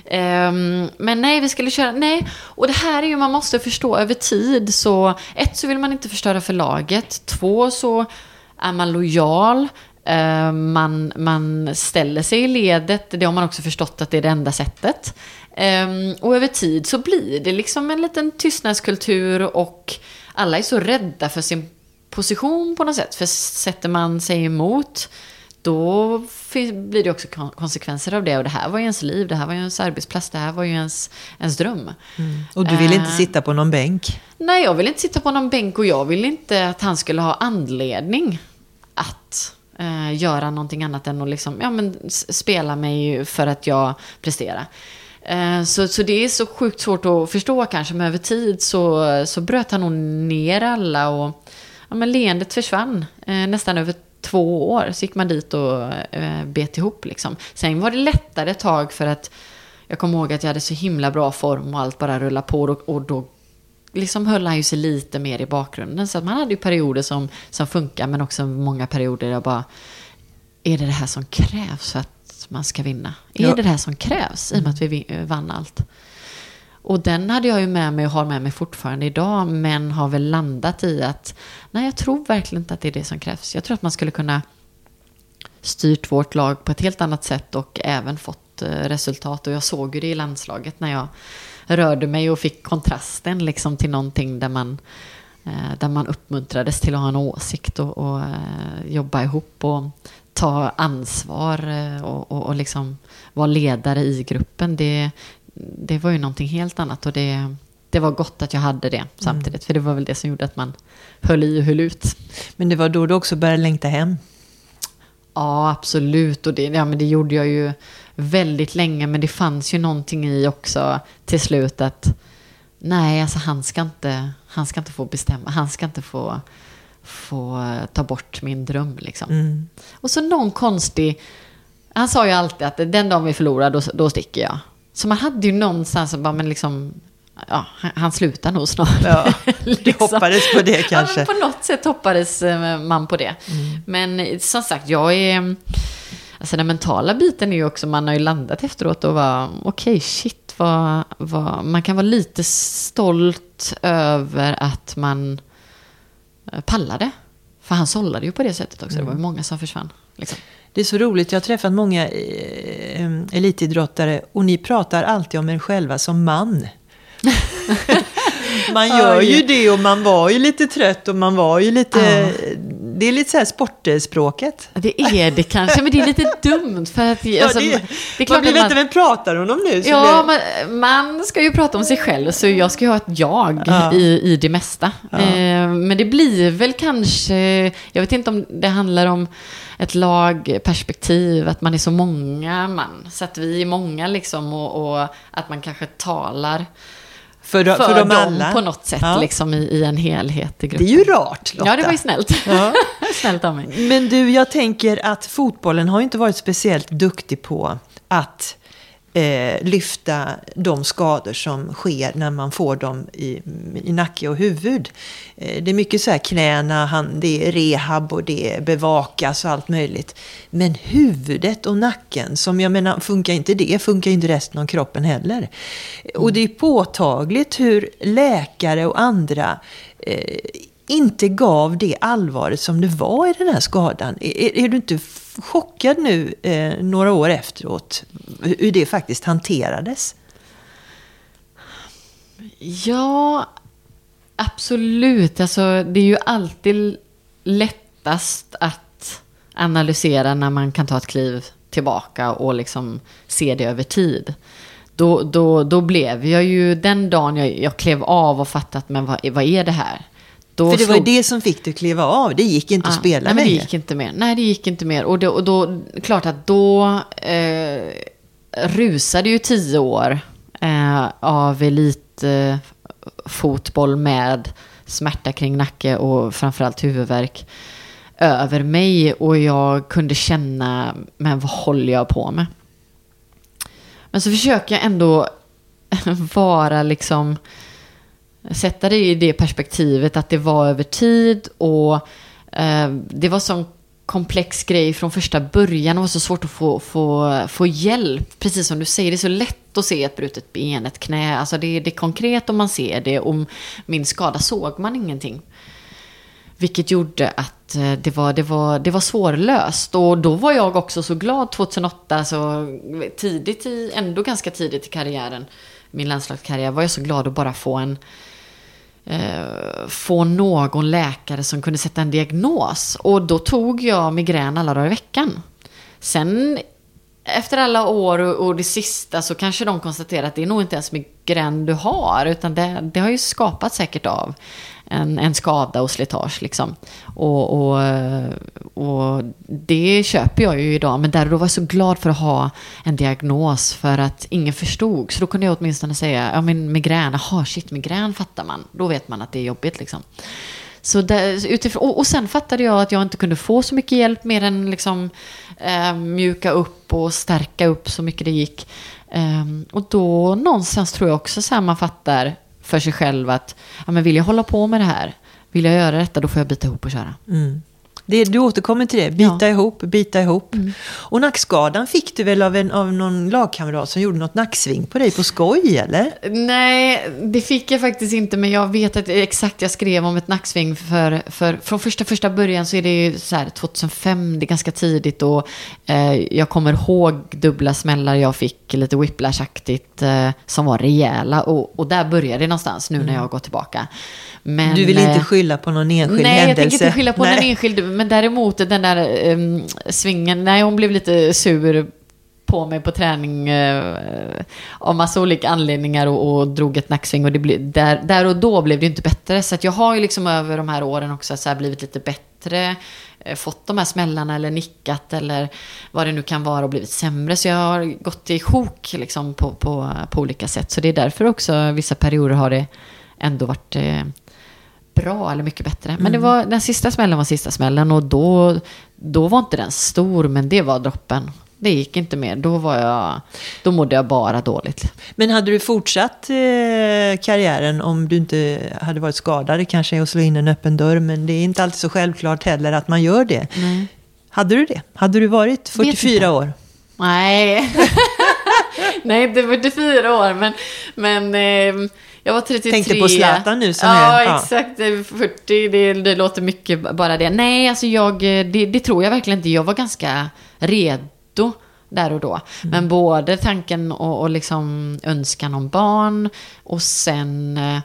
Um, men nej, vi skulle köra, nej. Och det här är ju, man måste förstå över tid. Så ett, så vill man inte förstöra för laget. Två, så är man lojal, uh, man, man ställer sig i ledet. Det har man också förstått att det är det enda sättet. Um, och över tid så blir det liksom en liten tystnadskultur. Och alla är så rädda för sin position på något sätt. För sätter man sig emot, då blir det också konsekvenser av det. Och det här var ju ens liv, det här var ju ens arbetsplats, det här var ju ens, ens dröm. Mm. Och du vill inte uh, sitta på någon bänk? Nej, jag vill inte sitta på någon bänk. Och jag vill inte att han skulle ha anledning att uh, göra någonting annat än att liksom, ja, men, spela mig för att jag presterar. Uh, så, så det är så sjukt svårt att förstå kanske. Men över tid så, så bröt han nog ner alla. Och ja, men leendet försvann uh, nästan över två år. Så gick man dit och uh, bet ihop liksom. Sen var det lättare ett tag, för att jag kommer ihåg att jag hade så himla bra form och allt bara rullade på. Och, och då liksom höll han ju sig lite mer i bakgrunden. Så att man hade ju perioder som, som funkar, men också många perioder där jag bara, är det det här som krävs för att man ska vinna? Är ja. det det här som krävs i och med att vi vann allt? Och den hade jag ju med mig och har med mig fortfarande idag, men har väl landat i att nej, jag tror verkligen inte att det är det som krävs. Jag tror att man skulle kunna styrt vårt lag på ett helt annat sätt och även fått resultat. Och jag såg ju det i landslaget när jag rörde mig och fick kontrasten liksom till någonting där man, där man uppmuntrades till att ha en åsikt och, och jobba ihop och ta ansvar och, och, och liksom vara ledare i gruppen. Det, det var ju någonting helt annat, och det, det var gott att jag hade det samtidigt. Mm. För det var väl det som gjorde att man höll i och höll ut. Men det var då du också började längta hem? Ja, absolut. Och det, ja, men det gjorde jag ju väldigt länge. Men det fanns ju någonting i också till slut att nej, alltså han ska inte, han ska inte få bestämma. Han ska inte få, få ta bort min dröm liksom. Mm. Och så någon konstig, han sa ju alltid att den dagen vi förlorar, då, då sticker jag. Så man hade ju någonstans bara, men liksom, ja, han slutar nog snart. Ja, liksom. Hoppades på det kanske. Ja, på något sätt hoppades man på det. Mm. Men som sagt, jag är, alltså den mentala biten är ju också, man har ju landat efteråt och var okej, okay, shit, vad, vad, man kan vara lite stolt över att man pallade. För han sållade ju på det sättet också. Mm. Det var ju många som försvann liksom. Det är så roligt, jag har träffat många eh, elitidrottare och ni pratar alltid om er själva som man. Man gör ju det, och man var ju lite trött och man var ju lite... Ja. Det är lite så här sportspråket. Det är det kanske, men det är lite dumt. För att, ja, alltså, det, det är klart man blir man, vänta, vem pratar hon om nu? Ja, det... man, man ska ju prata om sig själv, så jag ska ju ha ett jag ja. i, i det mesta. Ja. Eh, men det blir väl kanske, jag vet inte om det handlar om ett lagperspektiv, att man är så många man, så att vi är många liksom, och, och att man kanske talar För, för, för dem, dem alla. på något sätt, ja. liksom, i, i en helhet i gruppen. Det är ju rart, Lotta. Ja, det var ju snällt. Ja. Snällt av mig. Men du, jag tänker att fotbollen har ju inte varit speciellt duktig på att eh, lyfta de skador som sker när man får dem i, i nacke och huvud. Eh, det är mycket så här knäna, han, det är rehab och det är bevakas och allt möjligt. Men huvudet och nacken, som jag menar, funkar inte det, funkar inte resten av kroppen heller. Mm. Och det är påtagligt hur läkare och andra eh, inte gav det allvaret som det var i den här skadan. Är, är du inte chockad nu eh, några år efteråt hur det faktiskt hanterades? Ja, absolut. Alltså, det är ju alltid lättast att analysera när man kan ta ett kliv tillbaka och liksom se det över tid. Då, då, då blev jag ju den dagen jag, jag klev av och fattat, men vad, vad är det här? Då För det slog... var ju det som fick dig att kliva av. Det gick inte ah, att spela nej, men det längre. gick inte mer. Nej, det gick inte mer. Och, det, och då, klart att då eh, rusade ju tio år eh, av elitfotboll eh, med smärta kring nacke och framförallt huvudvärk över mig. Och jag kunde känna, men vad håller jag på med? Men så försöker jag ändå vara liksom... sätta det i det perspektivet att det var över tid och eh, det var sån komplex grej från första början och var så svårt att få, få, få hjälp. Precis som du säger, det är så lätt att se ett brutet ben, ett knä. Alltså det, det är konkret om man ser det. Om min skada såg man ingenting. Vilket gjorde att det var, det var, det var svårlöst. Och då var jag också så glad tjugohundraåtta, så tidigt i, ändå ganska tidigt i karriären, min landslagskarriär, var jag så glad att bara få en eh, få någon läkare som kunde sätta en diagnos. Och då tog jag migrän alla dagar i veckan. Sen efter alla år och, och det sista så kanske de konstaterar att det är nog inte ens migrän du har, utan det, det har ju skapat säkert av en, en skada och slitage liksom. Och, och, och det köper jag ju idag, men där då var jag så glad för att ha en diagnos, för att ingen förstod. Så då kunde jag åtminstone säga, ja men migrän, aha shit, migrän fattar man. Då vet man att det är jobbigt liksom. Så där, utifrån, och, och sen fattade jag att jag inte kunde få så mycket hjälp mer än liksom eh, mjuka upp och stärka upp så mycket det gick. Eh, och då någonstans tror jag också så här man fattar för sig själv att ja, men vill jag hålla på med det här, vill jag göra detta, då får jag bita ihop och köra. Mm. Det, du återkommer till det, bita ja. ihop, bita ihop. Mm. Och nackskadan fick du väl av, en, av någon lagkamrat som gjorde något nacksving på dig på skoj, eller? Nej, det fick jag faktiskt inte, men jag vet att exakt jag skrev om ett nacksving för, för från första första början så är det ju så här tjugohundrafem, det är ganska tidigt, och eh, jag kommer ihåg dubbla smällar jag fick, lite whiplash-aktigt eh, som var rejäla, och, och där började det någonstans nu mm. när jag går tillbaka. Men, du vill inte skylla på någon enskild nej, händelse? Nej, jag tänker inte skylla på nej. någon enskild. Men däremot den där um, svingen, nej, hon blev lite sur på mig på träning uh, av massa olika anledningar och, och drog ett nacksving. Och det ble, där, där och då blev det inte bättre. Så att jag har ju liksom över de här åren också så här blivit lite bättre. Fått de här smällarna eller nickat eller vad det nu kan vara och blivit sämre. Så jag har gått i sjok liksom på, på, på olika sätt. Så det är därför också vissa perioder har det ändå varit... Eh, bra eller mycket bättre. Men mm. det var, den sista smällen var sista smällen, och då, då var inte den stor, men det var droppen. Det gick inte mer. Då, var jag, då mådde jag bara dåligt. Men hade du fortsatt eh, karriären om du inte hade varit skadad? Kanske är att slå in en öppen dörr, men det är inte alltid så självklart heller att man gör det. Nej. Hade du det? Hade du varit fyrtiofyra år? Nej. Nej, inte fyrtiofyra år, men... men eh, jag var trettiotre. Tänkte på Zlatan nu som ja, är... Ja, exakt. fyrtio, det, det låter mycket bara det. Nej, alltså jag, det, det tror jag verkligen inte. Jag var ganska redo där och då. Mm. Men både tanken och, och liksom önskan om barn och sen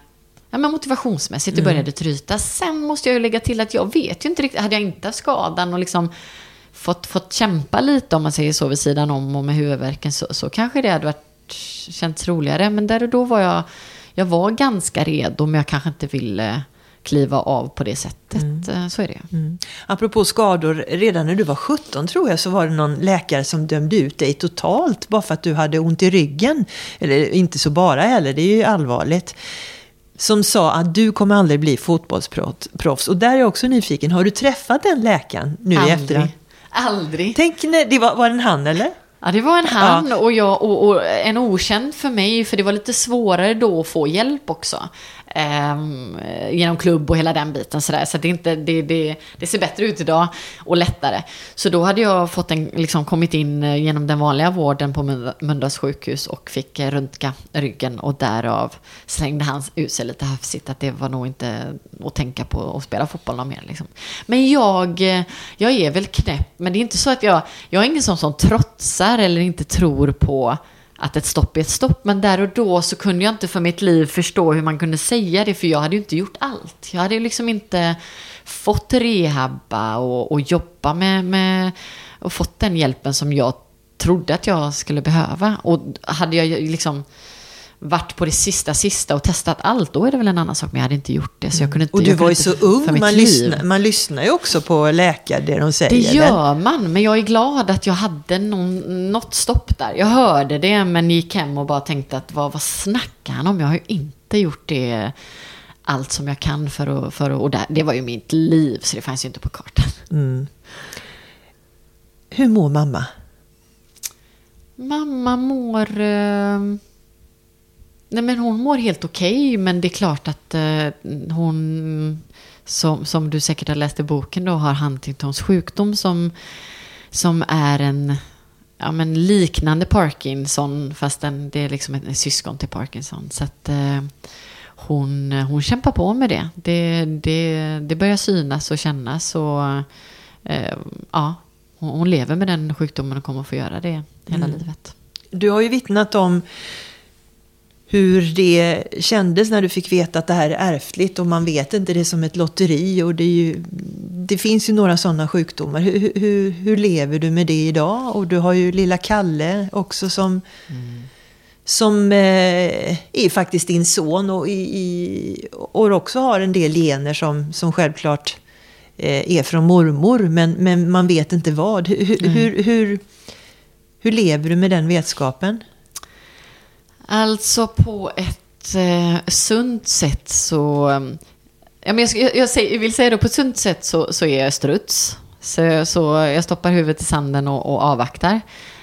ja, men motivationsmässigt det Mm. började tryta. Sen måste jag ju lägga till att jag vet ju inte riktigt, hade jag inte haft skadan och liksom fått, fått kämpa lite om man säger så vid sidan om och med huvudvärken så, så kanske det hade varit känts roligare. Men där och då var jag, jag var ganska redo, men jag kanske inte ville kliva av på det sättet. Mm. Så är det. Mm. Apropå skador, redan när du var sjutton tror jag så var det någon läkare som dömde ut dig totalt bara för att du hade ont i ryggen. Eller inte så bara heller, det är ju allvarligt. Som sa att du kommer aldrig bli fotbollsproffs. Och där är jag också nyfiken. Har du träffat den läkaren nu aldrig. i efterhand? Aldrig. Tänk, när, det var, var det en han eller? Ja, det var en han Ja. och, jag, och, och en okänd för mig, för det var lite svårare då att få hjälp också. Ehm, genom klubb och hela den biten. Så, där. Så det, är inte, det, det, det ser bättre ut idag och lättare. Så då hade jag fått en, liksom, kommit in genom den vanliga vården på Mölndals sjukhus och fick röntga ryggen. Och därav slängde han ut sig lite hafsigt att det var nog inte att tänka på att spela fotboll någon mer. Liksom. Men jag, jag är väl knäpp. Men det är inte så att jag, jag är ingen sån som trotsar eller inte tror på att ett stopp är ett stopp. Men där och då så kunde jag inte för mitt liv förstå hur man kunde säga det. För jag hade ju inte gjort allt. Jag hade ju liksom inte fått rehabba och, och jobba med, med och fått den hjälpen som jag trodde att jag skulle behöva. Och hade jag liksom varit på det sista sista och testat allt, då är det väl en annan sak, men jag hade inte gjort det. Så jag kunde inte, och du jag var ju inte så ung, man lyssnar, man lyssnar ju också på läkare, det de säger. Det gör man, men jag är glad att jag hade någon, något stopp där. Jag hörde det, men gick hem och bara tänkte att vad, vad snackar han om? Jag har ju inte gjort det allt som jag kan för att, för att och där, det var ju mitt liv, så det fanns ju inte på kartan. Mm. Hur mår mamma? Mamma mår... Eh... Nej, men hon mår helt okej, men det är klart att eh, hon, som, som du säkert har läst i boken då, har Huntingtons sjukdom som, som är en ja, men liknande Parkinson, fast den, det är liksom en, en syskon till Parkinson. Så att eh, hon, hon kämpar på med det. Det, det. det börjar synas och kännas och eh, ja, hon, hon lever med den sjukdomen och kommer att få göra det hela mm. livet. Du har ju vittnat om hur det kändes när du fick veta att det här är ärftligt och man vet inte, det är som ett lotteri och det, är ju, det finns ju några sådana sjukdomar. Hur, hur, hur lever du med det idag? Och du har ju lilla Kalle också som, mm. som eh, är faktiskt din son och, i, i, och också har en del gener som, som självklart eh, är från mormor, men, men man vet inte vad. Hur, mm. hur, hur, hur lever du med den vetskapen? Alltså på ett eh, sunt sätt så... Ja, men jag, jag, jag, säger, jag vill säga då på ett sunt sätt så, så är jag struts. Så, så jag stoppar huvudet i sanden och, och avvaktar.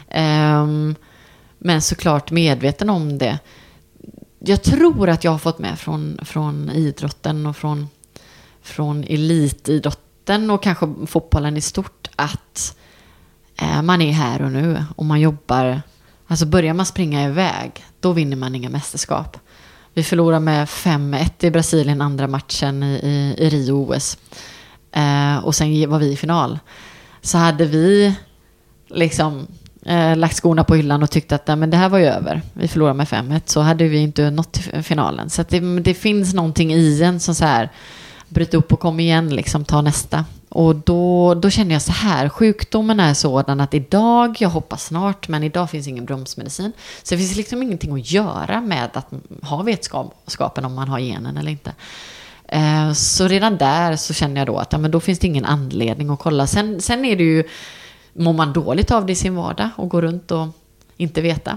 Um, men såklart medveten om det. Jag tror att jag har fått med från, från idrotten och från, från elitidrotten och kanske fotbollen i stort att eh, man är här och nu och man jobbar... Alltså börjar man springa iväg, då vinner man inga mästerskap. Vi förlorar med fem ett i Brasilien andra matchen i, i, i Rio O S. Eh, och sen var vi i final. Så hade vi liksom eh, lagt skorna på hyllan och tyckt att nej, men det här var ju över. Vi förlorar med fem ett, så hade vi inte nått till finalen. Så att det, det finns någonting i en som så här, bryt upp och kom igen, liksom ta nästa. Och då, då känner jag så här, sjukdomen är sådan att idag, jag hoppas snart, men idag finns ingen bromsmedicin. Så det finns liksom ingenting att göra med att ha vetskapen om man har genen eller inte. Eh, så redan där så känner jag då att ja, men då finns det ingen anledning att kolla. Sen, sen är det ju, mår man dåligt av det i sin vardag och går runt och inte veta.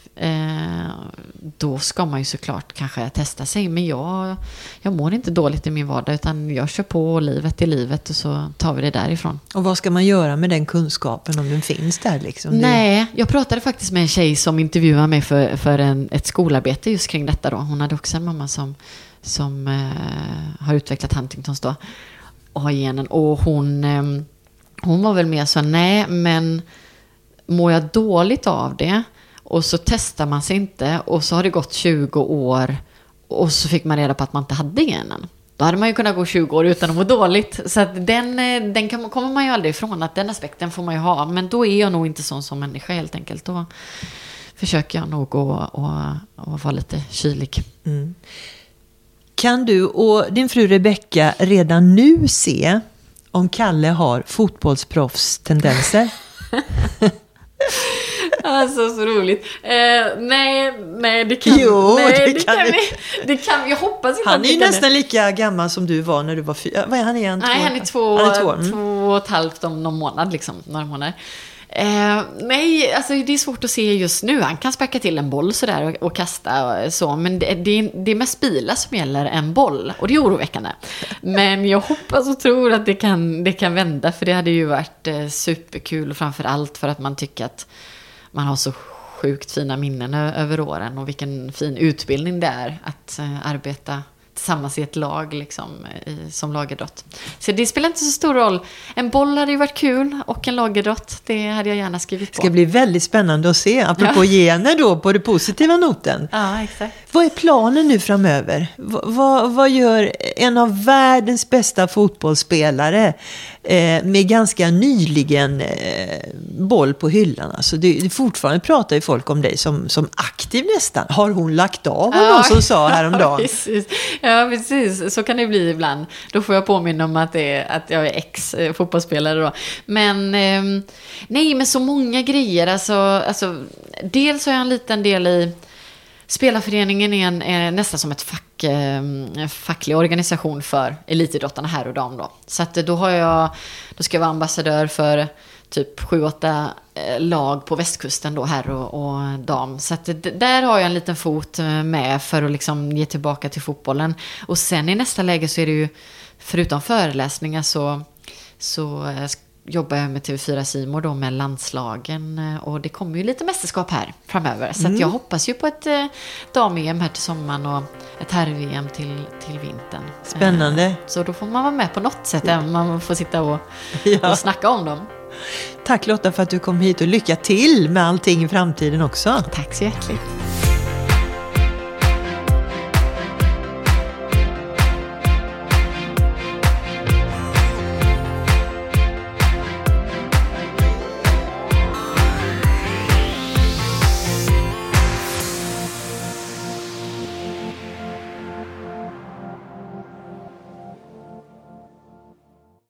Eh, då ska man ju såklart kanske testa sig, men jag, jag mår inte dåligt i min vardag utan jag kör på livet i livet och så tar vi det därifrån. Och vad ska man göra med den kunskapen om den finns där liksom? Nej, jag pratade faktiskt med en tjej som intervjuade mig för, för en, ett skolarbete just kring detta då. Hon hade också en mamma som, som eh, har utvecklat Huntingtons då och har genen, och hon, eh, hon var väl mer så nej, men mår jag dåligt av det och så testar man sig inte och så har det gått tjugo år och så fick man reda på att man inte hade genen. Då hade man ju kunnat gå tjugo år utan att må dåligt. Så att den, den kan, kommer man ju aldrig ifrån, att den aspekten får man ju ha. Men då är jag nog inte sån som människa helt enkelt. Då försöker jag nog att och, och vara lite kylig. Mm. Kan du och din fru Rebecka redan nu se om Kalle har fotbollsproffstendenser? Alltså så roligt. Eh, nej, nej det kan, jo, nej, det kan, det kan vi. Det kan jag hoppas inte. Han är ju nästan det. Lika gammal som du var när du var fyra. Vad är han igen? Nej, två, han är två, han är två. Mm. två och ett halvt om någon månad liksom, några månader. Eh, nej, alltså det är svårt att se just nu. Han kan sparka till en boll sådär och, och kasta och så. Men det, det, det är mest bilar som gäller en boll. Och det är oroväckande. Men jag hoppas och tror att det kan, det kan vända. För det hade ju varit eh, superkul. Framför allt för att man tycker att man har så sjukt fina minnen ö- över åren. Och vilken fin utbildning det är att eh, arbeta tillsammans i ett lag liksom, i, som lagidrott. Så det spelar inte så stor roll. En boll hade ju varit kul och en lagidrott, det hade jag gärna skrivit på. Det ska bli väldigt spännande att se, apropå ja. gener då, på det positiva noten. Ja, exakt. Vad är planen nu framöver? V- vad, vad gör en av världens bästa fotbollsspelare eh, med ganska nyligen eh, boll på hyllan? Alltså det, det fortfarande pratar ju folk om dig som, som aktiv nästan. Har hon lagt av, var någon som sa häromdagen? Ja, precis. Ja, precis. Så kan det bli ibland. Då får jag påminna om att, det är, att jag är ex-fotbollsspelare då. Men eh, nej, men så många grejer. Alltså, alltså, dels har jag en liten del i Spelarföreningen är, en, är nästan som ett fack, eh, facklig organisation för elitidrottarna här och dam då. Så att då har jag, då ska jag vara ambassadör för typ sju åtta eh, lag på västkusten då, här och, och dam. Så att det, där har jag en liten fot med för att liksom ge tillbaka till fotbollen. Och sen i nästa läge så är det ju, förutom föreläsningar så, så eh, jobbar jag med T V fyra Simor då med landslagen, och det kommer ju lite mästerskap här framöver. Så mm. att jag hoppas ju på ett eh, dam-E M här till sommaren och ett herr-V M till, till vintern. Spännande. Eh, så då får man vara med på något sätt, även om man får sitta och, ja. och snacka om dem. Tack Lotta för att du kom hit, och lycka till med allting i framtiden också. Tack så hjärtligt.